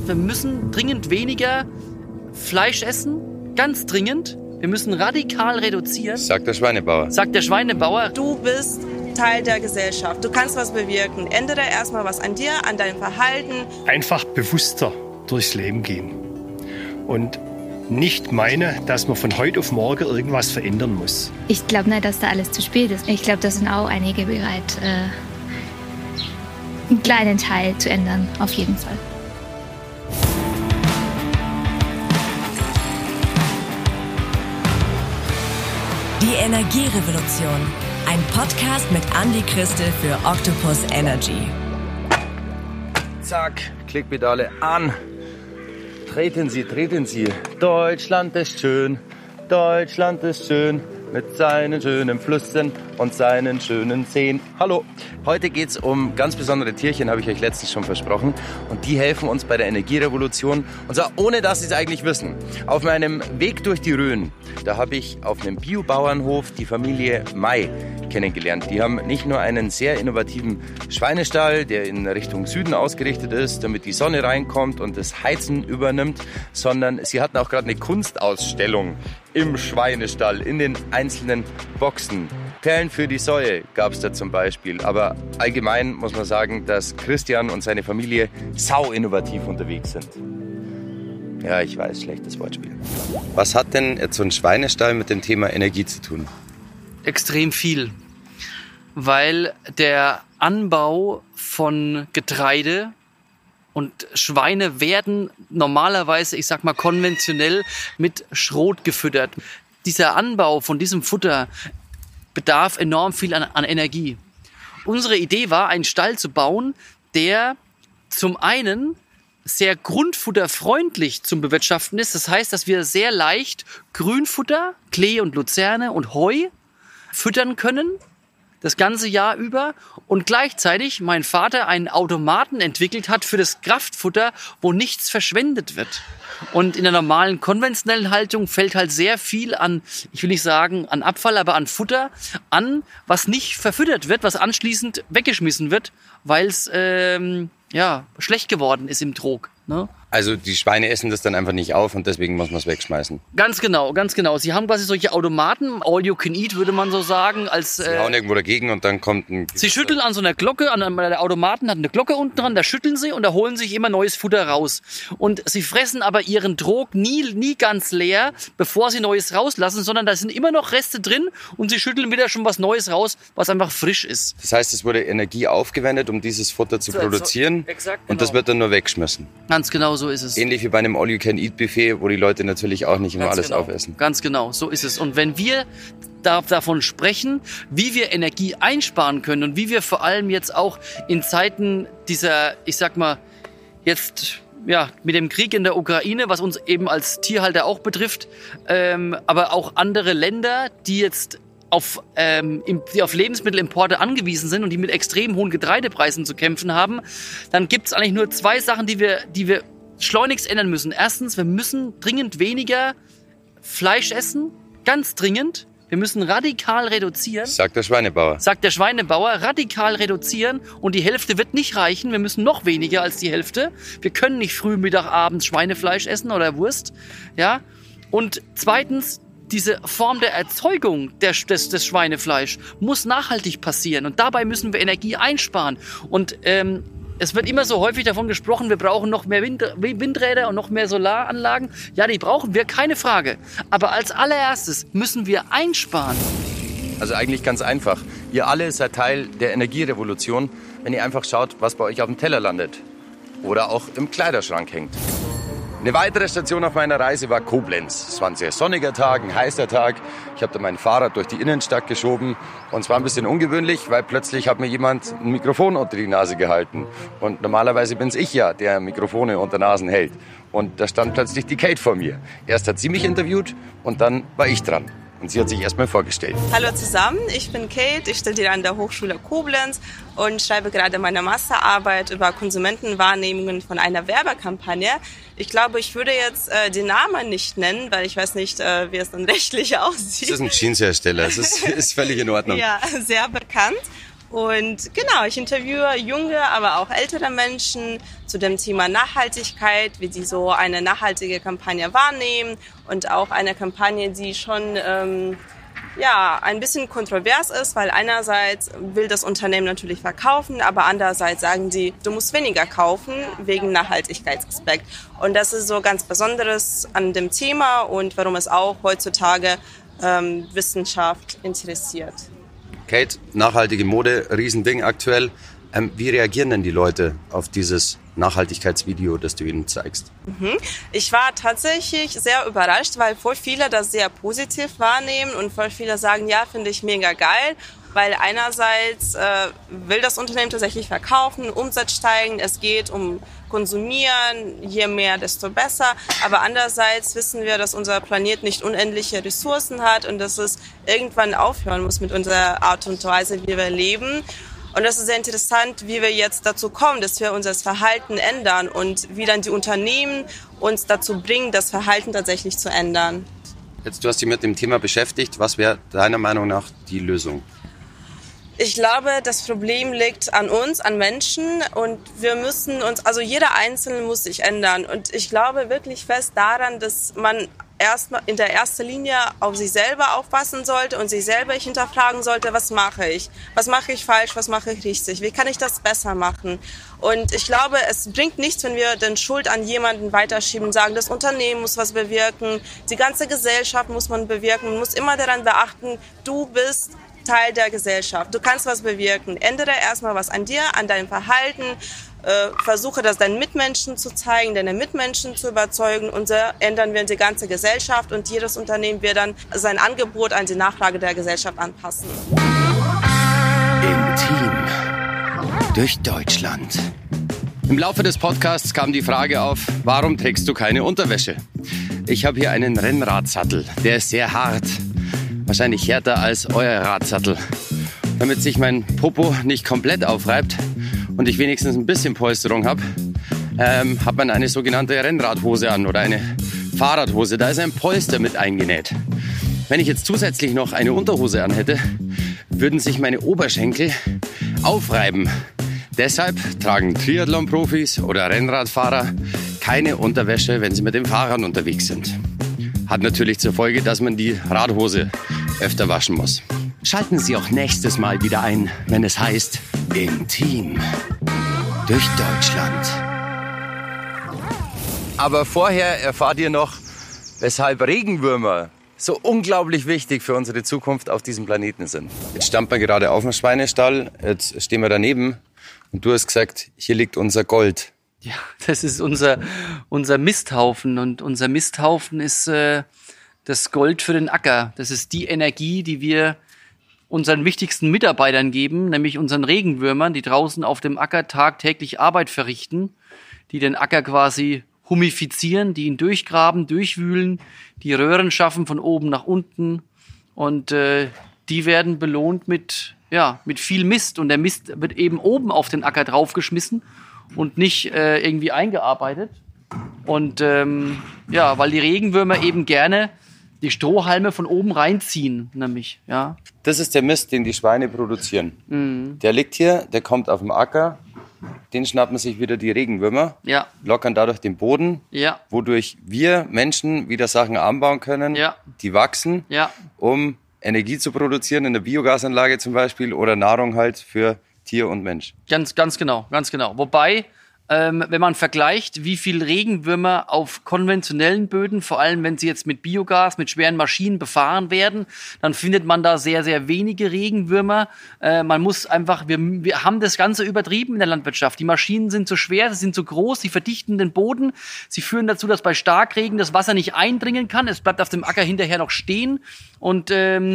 wir müssen dringend weniger Fleisch essen, ganz dringend. Wir müssen radikal reduzieren. Sagt der Schweinebauer. Sagt der Schweinebauer. Du bist Teil der Gesellschaft. Du kannst was bewirken. Ändere erstmal was an dir, an deinem Verhalten. Einfach bewusster durchs Leben gehen. Und nicht meine, dass man von heute auf morgen irgendwas verändern muss. Ich glaube nicht, dass da alles zu spät ist. Ich glaube, da sind auch einige bereit, einen kleinen Teil zu ändern, auf jeden Fall. Die Energierevolution. Ein Podcast mit Andi Christel für Octopus Energy. Zack, Klickpedale an. Treten Sie. Deutschland ist schön, mit seinen schönen Flüssen und seinen schönen Seen. Hallo, heute geht's um ganz besondere Tierchen, habe ich euch letztens schon versprochen. Und die helfen uns bei der Energierevolution. Und zwar ohne, dass sie es eigentlich wissen. Auf meinem Weg durch die Rhön, da habe ich auf einem Biobauernhof die Familie May kennengelernt. Die haben nicht nur einen sehr innovativen Schweinestall, der in Richtung Süden ausgerichtet ist, damit die Sonne reinkommt und das Heizen übernimmt, sondern sie hatten auch gerade eine Kunstausstellung im Schweinestall, in den einzelnen Boxen. Perlen für die Säue gab es da zum Beispiel. Aber allgemein muss man sagen, dass Christian und seine Familie sau innovativ unterwegs sind. Ja, ich weiß, schlechtes Wortspiel. Was hat denn jetzt so ein Schweinestall mit dem Thema Energie zu tun? Extrem viel, weil der Anbau von Getreide und Schweine werden normalerweise, ich sag mal konventionell, mit Schrot gefüttert. Dieser Anbau von diesem Futter bedarf enorm viel an Energie. Unsere Idee war, einen Stall zu bauen, der zum einen sehr grundfutterfreundlich zum Bewirtschaften ist. Das heißt, dass wir sehr leicht Grünfutter, Klee und Luzerne und Heu füttern können, das ganze Jahr über, und gleichzeitig mein Vater einen Automaten entwickelt hat für das Kraftfutter, wo nichts verschwendet wird. Und in der normalen konventionellen Haltung fällt halt sehr viel an, ich will nicht sagen an Abfall, aber an Futter an, was nicht verfüttert wird, was anschließend weggeschmissen wird, weil es schlecht geworden ist im Trog. Ne? Also die Schweine essen das dann einfach nicht auf und deswegen muss man es wegschmeißen. Ganz genau. Sie haben quasi solche Automaten, all you can eat, würde man so sagen. Sie hauen irgendwo dagegen und dann kommt ein... Sie schütteln an so einer Glocke, der Automaten hat eine Glocke unten dran, da schütteln sie und da holen sich immer neues Futter raus. Und sie fressen aber ihren Trog nie ganz leer, bevor sie Neues rauslassen, sondern da sind immer noch Reste drin und sie schütteln wieder schon was Neues raus, was einfach frisch ist. Das heißt, es wurde Energie aufgewendet, um dieses Futter zu produzieren, exakt, genau. Und das wird dann nur weggeschmissen. Ganz genau, so ist es. Ähnlich wie bei einem All-You-Can-Eat-Buffet, wo die Leute natürlich auch nicht immer alles aufessen. Ganz genau, so ist es. Und wenn wir davon sprechen, wie wir Energie einsparen können und wie wir vor allem jetzt auch in Zeiten dieser, ich sag mal, jetzt mit dem Krieg in der Ukraine, was uns eben als Tierhalter auch betrifft, aber auch andere Länder, die jetzt auf Lebensmittelimporte angewiesen sind und die mit extrem hohen Getreidepreisen zu kämpfen haben, dann gibt es eigentlich nur zwei Sachen, die wir schleunigst ändern müssen. Erstens, wir müssen dringend weniger Fleisch essen, ganz dringend. Wir müssen radikal reduzieren. Sagt der Schweinebauer. Radikal reduzieren, und die Hälfte wird nicht reichen. Wir müssen noch weniger als die Hälfte. Wir können nicht früh, Mittag, abends Schweinefleisch essen oder Wurst. Ja? Und zweitens, diese Form der Erzeugung des Schweinefleisch muss nachhaltig passieren. Und dabei müssen wir Energie einsparen. Und es wird immer so häufig davon gesprochen, wir brauchen noch mehr Windräder und noch mehr Solaranlagen. Ja, die brauchen wir, keine Frage. Aber als allererstes müssen wir einsparen. Also eigentlich ganz einfach. Ihr alle seid Teil der Energierevolution, wenn ihr einfach schaut, was bei euch auf dem Teller landet. Oder auch im Kleiderschrank hängt. Eine weitere Station auf meiner Reise war Koblenz. Es war ein sehr sonniger Tag, ein heißer Tag. Ich habe da mein Fahrrad durch die Innenstadt geschoben. Und es war ein bisschen ungewöhnlich, weil plötzlich hat mir jemand ein Mikrofon unter die Nase gehalten. Und normalerweise bin's ich ja, der Mikrofone unter Nasen hält. Und da stand plötzlich die Kate vor mir. Erst hat sie mich interviewt und dann war ich dran. Und sie hat sich erstmal vorgestellt. Hallo zusammen, ich bin Kate, ich studiere an der Hochschule Koblenz und schreibe gerade meine Masterarbeit über Konsumentenwahrnehmungen von einer Werbekampagne. Ich glaube, ich würde jetzt den Namen nicht nennen, weil ich weiß nicht, wie es dann rechtlich aussieht. Das ist ein Jeanshersteller, das ist völlig in Ordnung. Ja, sehr bekannt. Und genau, ich interviewe junge, aber auch ältere Menschen zu dem Thema Nachhaltigkeit, wie sie so eine nachhaltige Kampagne wahrnehmen und auch eine Kampagne, die schon ein bisschen kontrovers ist, weil einerseits will das Unternehmen natürlich verkaufen, aber andererseits sagen sie, du musst weniger kaufen wegen Nachhaltigkeitsaspekt. Und das ist so ganz Besonderes an dem Thema und warum es auch heutzutage Wissenschaft interessiert. Kate, nachhaltige Mode, Riesending aktuell. Wie reagieren denn die Leute auf dieses Nachhaltigkeitsvideo, das du ihnen zeigst? Ich war tatsächlich sehr überrascht, weil voll viele das sehr positiv wahrnehmen und voll viele sagen, ja, finde ich mega geil, weil einerseits will das Unternehmen tatsächlich verkaufen, Umsatz steigen, es geht um Konsumieren, je mehr, desto besser, aber andererseits wissen wir, dass unser Planet nicht unendliche Ressourcen hat und dass es irgendwann aufhören muss mit unserer Art und Weise, wie wir leben. Und das ist sehr interessant, wie wir jetzt dazu kommen, dass wir unser Verhalten ändern und wie dann die Unternehmen uns dazu bringen, das Verhalten tatsächlich zu ändern. Jetzt, du hast dich mit dem Thema beschäftigt. Was wäre deiner Meinung nach die Lösung? Ich glaube, das Problem liegt an uns, an Menschen und wir müssen uns, also jeder Einzelne muss sich ändern. Und ich glaube wirklich fest daran, dass man erstmal in der ersten Linie auf sich selber aufpassen sollte und sich selber hinterfragen sollte, was mache ich? Was mache ich falsch? Was mache ich richtig? Wie kann ich das besser machen? Und ich glaube, es bringt nichts, wenn wir den Schuld an jemanden weiterschieben und sagen, das Unternehmen muss was bewirken, die ganze Gesellschaft muss man bewirken. Man muss immer daran beachten, du bist Teil der Gesellschaft. Du kannst was bewirken. Ändere erstmal was an dir, an deinem Verhalten. Versuche das deinen Mitmenschen zu zeigen, deine Mitmenschen zu überzeugen und so ändern wir die ganze Gesellschaft und jedes Unternehmen wird dann sein Angebot an die Nachfrage der Gesellschaft anpassen. Im Team durch Deutschland. Im Laufe des Podcasts kam die Frage auf, warum trägst du keine Unterwäsche? Ich habe hier einen Rennradsattel, der ist sehr hart, wahrscheinlich härter als euer Radsattel. Damit sich mein Popo nicht komplett aufreibt und ich wenigstens ein bisschen Polsterung habe, hat man eine sogenannte Rennradhose an oder eine Fahrradhose. Da ist ein Polster mit eingenäht. Wenn ich jetzt zusätzlich noch eine Unterhose anhätte, würden sich meine Oberschenkel aufreiben. Deshalb tragen Triathlon-Profis oder Rennradfahrer keine Unterwäsche, wenn sie mit dem Fahrrad unterwegs sind. Hat natürlich zur Folge, dass man die Radhose öfter waschen muss. Schalten Sie auch nächstes Mal wieder ein, wenn es heißt Im Team durch Deutschland. Aber vorher erfahrt ihr noch, weshalb Regenwürmer so unglaublich wichtig für unsere Zukunft auf diesem Planeten sind. Jetzt standen wir gerade auf dem Schweinestall, jetzt stehen wir daneben und du hast gesagt, hier liegt unser Gold. Ja, das ist unser Misthaufen und unser Misthaufen ist das Gold für den Acker. Das ist die Energie, die wir unseren wichtigsten Mitarbeitern geben, nämlich unseren Regenwürmern, die draußen auf dem Acker tagtäglich Arbeit verrichten, die den Acker quasi humifizieren, die ihn durchgraben, durchwühlen, die Röhren schaffen von oben nach unten und die werden belohnt mit viel Mist und der Mist wird eben oben auf den Acker draufgeschmissen und nicht irgendwie eingearbeitet und weil die Regenwürmer eben gerne die Strohhalme von oben reinziehen, nämlich, ja. Das ist der Mist, den die Schweine produzieren. Mhm. Der liegt hier, der kommt auf dem Acker, den schnappen sich wieder die Regenwürmer, lockern dadurch den Boden, wodurch wir Menschen wieder Sachen anbauen können, die wachsen, um Energie zu produzieren in der Biogasanlage zum Beispiel oder Nahrung halt für Tier und Mensch. Ganz genau. Wobei, wenn man vergleicht, wie viel Regenwürmer auf konventionellen Böden, vor allem wenn sie jetzt mit Biogas, mit schweren Maschinen befahren werden, dann findet man da sehr, sehr wenige Regenwürmer. Man muss einfach, wir haben das Ganze übertrieben in der Landwirtschaft. Die Maschinen sind zu schwer, sie sind zu groß, sie verdichten den Boden. Sie führen dazu, dass bei Starkregen das Wasser nicht eindringen kann. Es bleibt auf dem Acker hinterher noch stehen. Und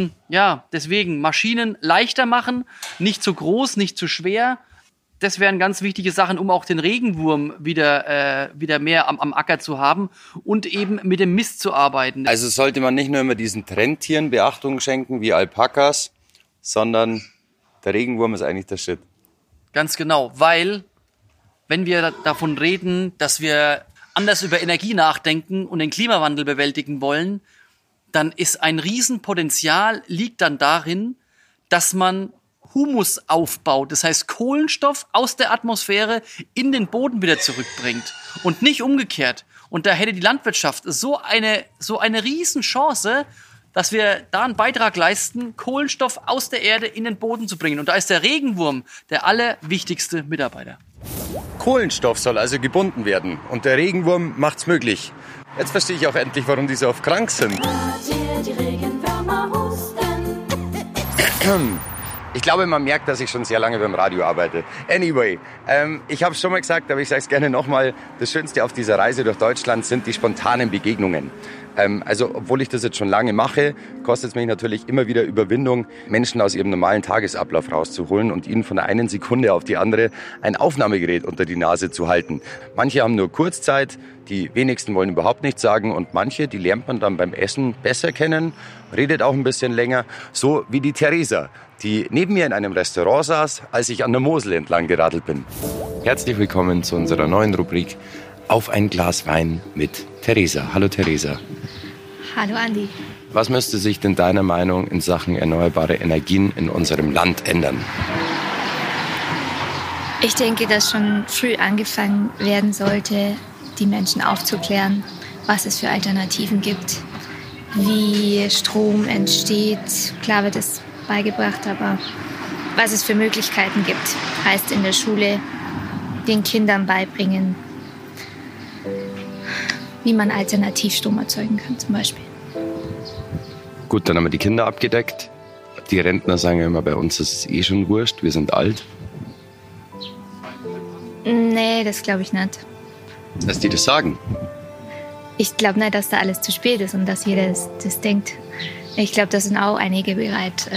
deswegen Maschinen leichter machen, nicht zu groß, nicht zu schwer. Das wären ganz wichtige Sachen, um auch den Regenwurm wieder mehr am Acker zu haben und eben mit dem Mist zu arbeiten. Also sollte man nicht nur immer diesen Trendtieren Beachtung schenken, wie Alpakas, sondern der Regenwurm ist eigentlich der Shit. Ganz genau, weil wenn wir davon reden, dass wir anders über Energie nachdenken und den Klimawandel bewältigen wollen, dann ist ein Riesenpotenzial, liegt dann darin, dass man Humus aufbaut. Das heißt, Kohlenstoff aus der Atmosphäre in den Boden wieder zurückbringt und nicht umgekehrt. Und da hätte die Landwirtschaft so eine Riesenchance, dass wir da einen Beitrag leisten, Kohlenstoff aus der Erde in den Boden zu bringen. Und da ist der Regenwurm der allerwichtigste Mitarbeiter. Kohlenstoff soll also gebunden werden und der Regenwurm macht's möglich. Jetzt verstehe ich auch endlich, warum die so oft krank sind. Ich glaube, man merkt, dass ich schon sehr lange beim Radio arbeite. Anyway, ich habe es schon mal gesagt, aber ich sage es gerne nochmal. Das Schönste auf dieser Reise durch Deutschland sind die spontanen Begegnungen. Also, obwohl ich das jetzt schon lange mache, kostet es mich natürlich immer wieder Überwindung, Menschen aus ihrem normalen Tagesablauf rauszuholen und ihnen von der einen Sekunde auf die andere ein Aufnahmegerät unter die Nase zu halten. Manche haben nur Kurzzeit, die wenigsten wollen überhaupt nichts sagen und manche, die lernt man dann beim Essen besser kennen, redet auch ein bisschen länger, so wie die Theresa, die neben mir in einem Restaurant saß, als ich an der Mosel entlang geradelt bin. Herzlich willkommen zu unserer neuen Rubrik Auf ein Glas Wein mit Theresa. Hallo Theresa. Hallo Andi. Was müsste sich denn deiner Meinung in Sachen erneuerbare Energien in unserem Land ändern? Ich denke, dass schon früh angefangen werden sollte, die Menschen aufzuklären, was es für Alternativen gibt, wie Strom entsteht. Klar wird es beigebracht, aber was es für Möglichkeiten gibt, heißt in der Schule den Kindern beibringen, wie man Alternativstrom erzeugen kann zum Beispiel. Gut, dann haben wir die Kinder abgedeckt. Die Rentner sagen ja immer, bei uns ist es eh schon wurscht, wir sind alt. Nee, das glaube ich nicht. Dass die das sagen? Ich glaube nicht, dass da alles zu spät ist und dass jeder das denkt. Ich glaube, da sind auch einige bereit,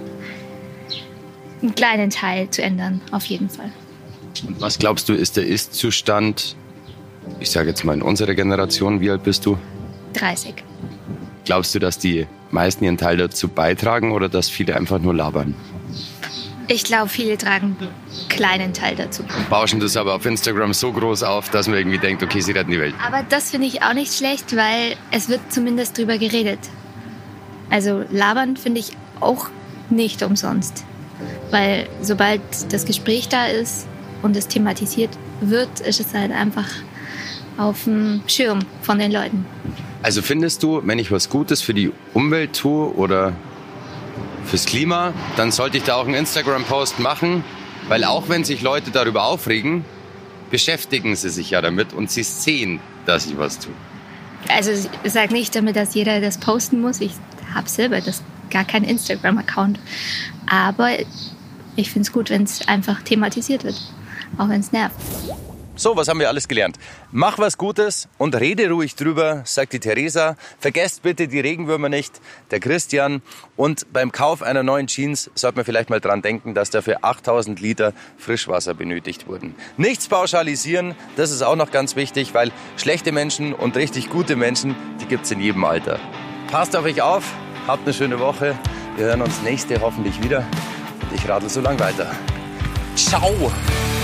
einen kleinen Teil zu ändern, auf jeden Fall. Und was glaubst du, ist der Ist-Zustand, ich sage jetzt mal in unserer Generation, wie alt bist du? 30. Glaubst du, dass die meisten ihren Teil dazu beitragen oder dass viele einfach nur labern? Ich glaube, viele tragen einen kleinen Teil dazu. Bauschen das aber auf Instagram so groß auf, dass man irgendwie denkt, okay, sie retten die Welt. Aber das finde ich auch nicht schlecht, weil es wird zumindest drüber geredet. Also labern finde ich auch nicht umsonst. Weil sobald das Gespräch da ist und es thematisiert wird, ist es halt einfach auf dem Schirm von den Leuten. Also findest du, wenn ich was Gutes für die Umwelt tue oder fürs Klima, dann sollte ich da auch einen Instagram-Post machen, weil auch wenn sich Leute darüber aufregen, beschäftigen sie sich ja damit und sie sehen, dass ich was tue. Also ich sage nicht damit, dass jeder das posten muss. Ich habe selber gar keinen Instagram-Account. Aber ich finde es gut, wenn es einfach thematisiert wird, auch wenn es nervt. So, was haben wir alles gelernt? Mach was Gutes und rede ruhig drüber, sagt die Theresa. Vergesst bitte die Regenwürmer nicht, der Christian. Und beim Kauf einer neuen Jeans sollte man vielleicht mal dran denken, dass dafür 8000 Liter Frischwasser benötigt wurden. Nichts pauschalisieren, das ist auch noch ganz wichtig, weil schlechte Menschen und richtig gute Menschen, die gibt's in jedem Alter. Passt auf euch auf, habt eine schöne Woche. Wir hören uns nächste hoffentlich wieder. Und ich radel so lang weiter. Ciao!